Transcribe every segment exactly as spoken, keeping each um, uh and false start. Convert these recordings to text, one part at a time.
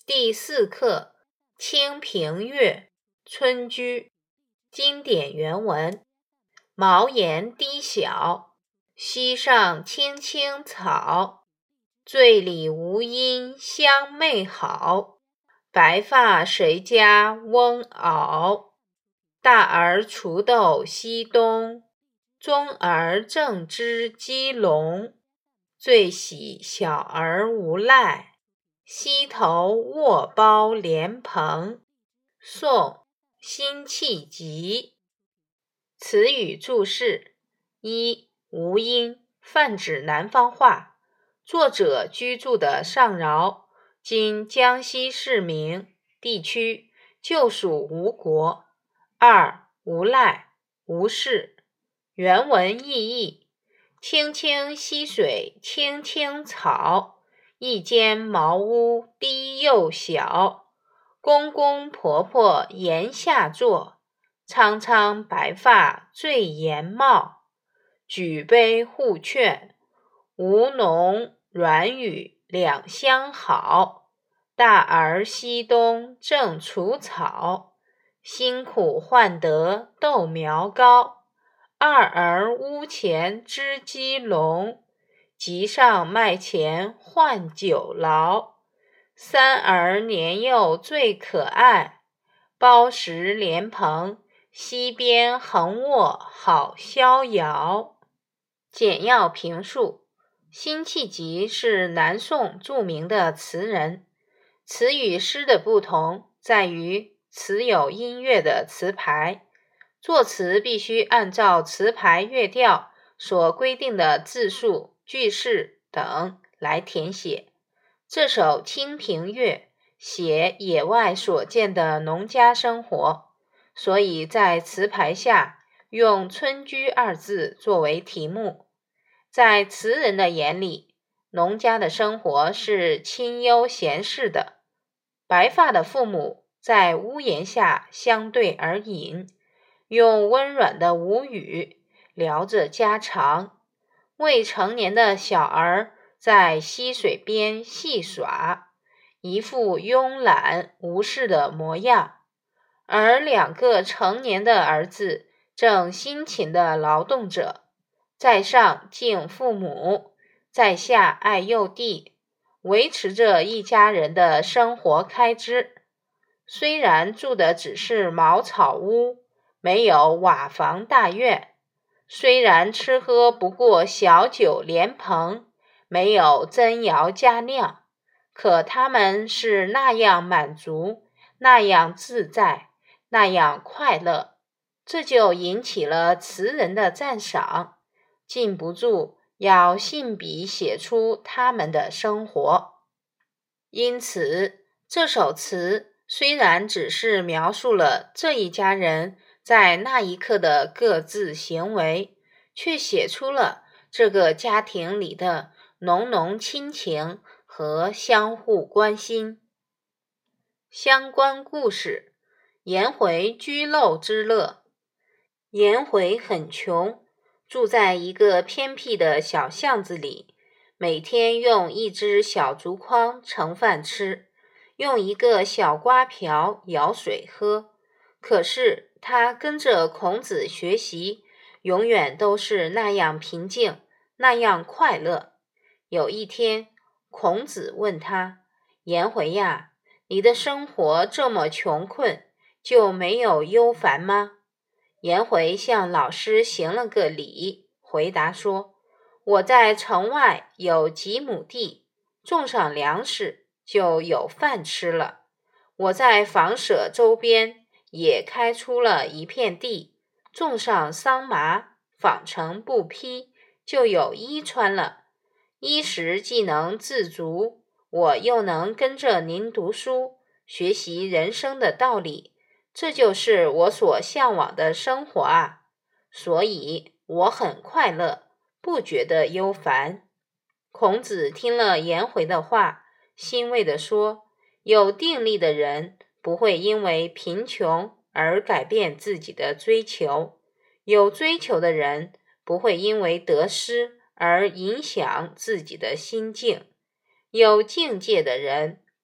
第四课《清平乐·村居》经典原文：茅檐低小，溪上青青草。醉里吴音相媚好，白发谁家翁媪？大儿锄豆溪东，中儿正织鸡笼。最喜小儿无赖，溪头卧包莲蓬。宋·辛弃疾。词语注释：一、吴音，泛指南方话，作者居住的上饶（今江西市名）地区，旧属吴国。二、无赖，无事。原文意义：青青溪水青青草，一间茅屋低又小。公公婆婆檐下坐，苍苍白发最颜貌。举杯互劝，吴侬软语两相好。大儿溪东正除草，辛苦换得豆苗高。二儿屋前织鸡笼，集上麦钱换酒劳。三儿年幼最可爱，包食莲蓬，溪边横卧好逍遥。简要评述：辛弃疾是南宋著名的词人，词与诗的不同在于词有音乐的词牌，作词必须按照词牌乐调所规定的字数、句式等来填写。这首《清平乐》写野外所见的农家生活，所以在词牌下用村居二字作为题目。在词人的眼里，农家的生活是清幽闲适的，白发的父母在屋檐下相对而饮，用温软的吴语聊着家常。未成年的小儿在溪水边戏耍，一副慵懒无事的模样，而两个成年的儿子正辛勤地劳动着，在上敬父母，在下爱幼弟，维持着一家人的生活开支。虽然住的只是茅草屋，没有瓦房大院，虽然吃喝不过小酒莲蓬，没有珍肴佳酿，可他们是那样满足，那样自在，那样快乐，这就引起了词人的赞赏，禁不住要信笔写出他们的生活。因此，这首词虽然只是描述了这一家人在那一刻的各自行为，却写出了这个家庭里的浓浓亲情和相互关心。相关故事：颜回居陋之乐。颜回很穷，住在一个偏僻的小巷子里，每天用一只小竹筐盛饭吃，用一个小瓜瓢舀水喝。可是他跟着孔子学习，永远都是那样平静，那样快乐。有一天，孔子问他：颜回呀，你的生活这么穷困，就没有忧烦吗？颜回向老师行了个礼，回答说：我在城外有几亩地，种上粮食就有饭吃了。我在房舍周边也开出了一片地，种上桑麻，纺成布匹，就有衣穿了。衣食既能自足，我又能跟着您读书，学习人生的道理，这就是我所向往的生活啊！所以我很快乐，不觉得忧烦。孔子听了颜回的话，欣慰地说：有定力的人不会因为贫穷而改变自己的追求，有追求的人不会因为得失而影响自己的心境，有境界的人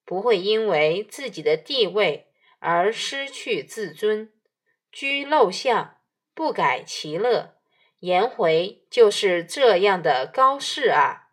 不会因为自己的地位而失去自尊。居陋巷，不改其乐，颜回就是这样的高士啊。